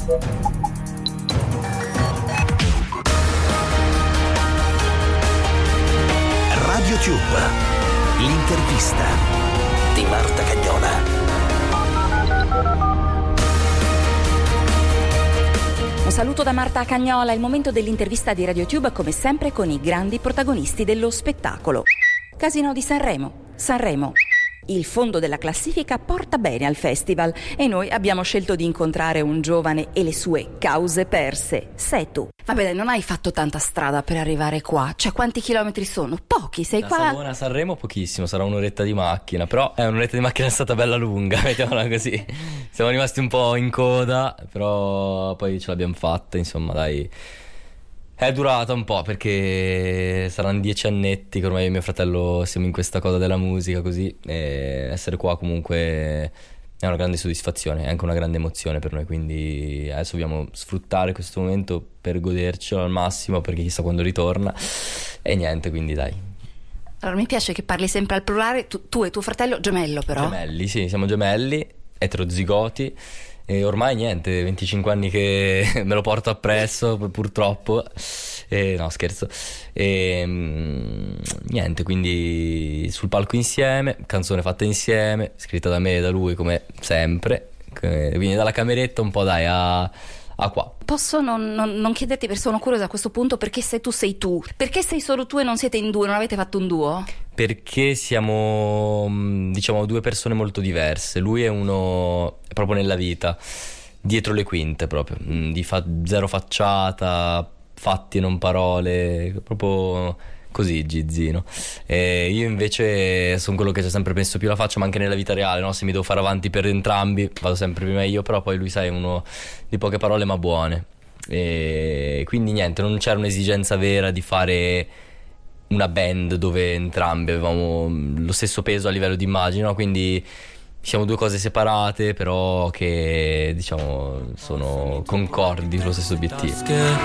Radio Tube, l'intervista di Marta Cagnola. Un saluto da Marta Cagnola, il momento dell'intervista di Radio Tube, come sempre con i grandi protagonisti dello spettacolo. Casino di Sanremo. Il fondo della classifica porta bene al festival e noi abbiamo scelto di incontrare un giovane e le sue cause perse, Setu. Vabbè dai, non hai fatto tanta strada per arrivare qua, cioè quanti chilometri sono? Pochi, sei da qua... Savona a Sanremo pochissimo, sarà un'oretta di macchina, però un'oretta di macchina è stata bella lunga, mettiamola così. Siamo rimasti un po' in coda, però poi ce l'abbiamo fatta, insomma dai. È durata un po' perché saranno 10 annetti che ormai io e mio fratello siamo in questa cosa della musica così, e essere qua comunque è una grande soddisfazione, è anche una grande emozione per noi, quindi adesso dobbiamo sfruttare questo momento per godercelo al massimo, perché chissà quando ritorna, e niente, quindi dai. Allora mi piace che parli sempre al plurale, tu e tuo fratello, gemello però. Gemelli, sì, siamo gemelli, eterozigoti. E ormai niente, 25 anni che me lo porto appresso purtroppo, no scherzo, niente, quindi sul palco insieme, canzone fatta insieme, scritta da me e da lui come sempre, quindi dalla cameretta un po' dai a qua. Posso non chiederti, perché sono curiosa a questo punto, perché sei tu? Perché sei solo tu e non siete in due, non avete fatto un duo? Perché siamo, diciamo, due persone molto diverse. Lui è uno proprio nella vita, dietro le quinte proprio, zero facciata, fatti e non parole, proprio così gizzino. E io invece sono quello che c'è sempre messo più la faccia, ma anche nella vita reale, no? Se mi devo fare avanti per entrambi vado sempre prima io, però poi lui sai è uno di poche parole ma buone, e quindi niente, non c'era un'esigenza vera di fare una band dove entrambi avevamo lo stesso peso a livello di immagine, no? Quindi siamo due cose separate però che diciamo sono concordi sullo stesso obiettivo.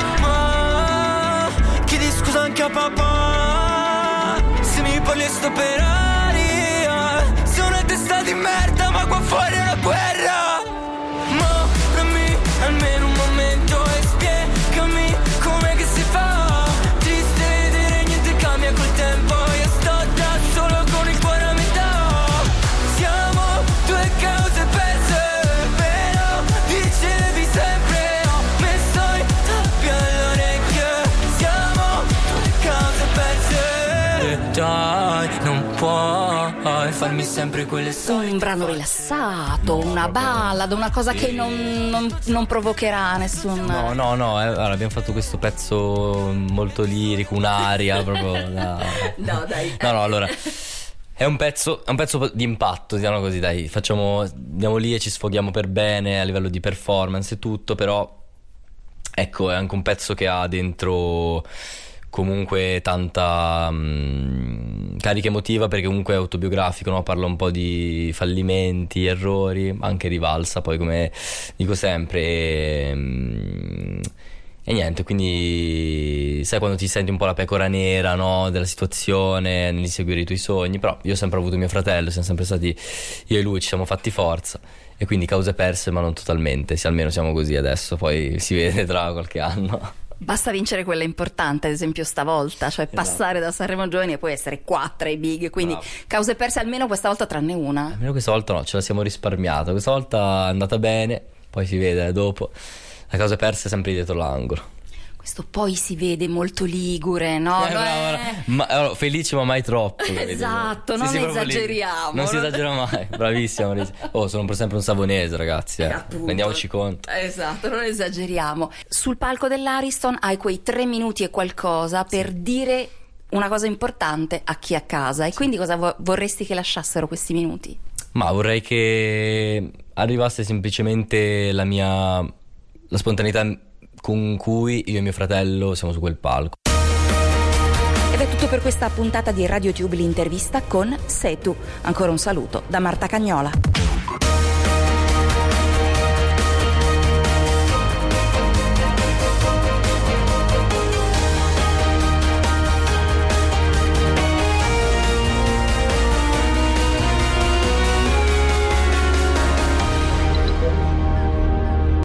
Chiedi scusa anche a papà se mi parli e sto per aria. Sono una testa di merda ma qua fuori è una guerra. Mostrami almeno un momento e spiegami com'è che si fa. Triste vedere niente cambia col tempo. Io sto da solo con il cuore a metà. Siamo due cause perse, però dicevi sempre ho messo in tappia all'orecchio. Siamo due cause perse. E dai, non puoi farmi sempre quelle solite. Un brano rilassato, una ballad, una cosa che non provocherà nessun... No, allora, abbiamo fatto questo pezzo molto lirico, un'aria proprio da... No, dai. No, allora è un pezzo di impatto, diciamo così, dai, andiamo lì e ci sfoghiamo per bene a livello di performance e tutto, però ecco, è anche un pezzo che ha dentro comunque tanta carica emotiva, perché comunque è autobiografico, no? Parla un po' di fallimenti, errori, anche rivalsa poi, come dico sempre, e niente, quindi sai quando ti senti un po' la pecora nera, no? Della situazione, nell'inseguire i tuoi sogni, però io ho sempre avuto mio fratello, siamo sempre stati io e lui, ci siamo fatti forza, e quindi cause perse ma non totalmente, se almeno siamo così adesso, poi si vede tra qualche anno. Basta vincere quella importante, ad esempio stavolta, cioè passare da Sanremo Giovani e poi essere qua tra i big, quindi bravo. Cause perse almeno questa volta tranne una. Almeno questa volta no, ce la siamo risparmiata, questa volta è andata bene, poi si vede dopo, la cause perse è sempre dietro l'angolo. Questo poi si vede molto ligure, no? Ma, felice ma mai troppo. Esatto, non esageriamo. Non si esagera mai, bravissimo. Sono sempre un savonese, ragazzi, rendiamoci conto. Esatto, non esageriamo. Sul palco dell'Ariston hai quei 3 minuti e qualcosa per dire una cosa importante a chi è a casa, e quindi cosa vorresti che lasciassero questi minuti? Ma vorrei che arrivasse semplicemente la spontaneità con cui io e mio fratello siamo su quel palco. Ed è tutto per questa puntata di Radio Tube, l'intervista con Setu. Ancora un saluto da Marta Cagnola.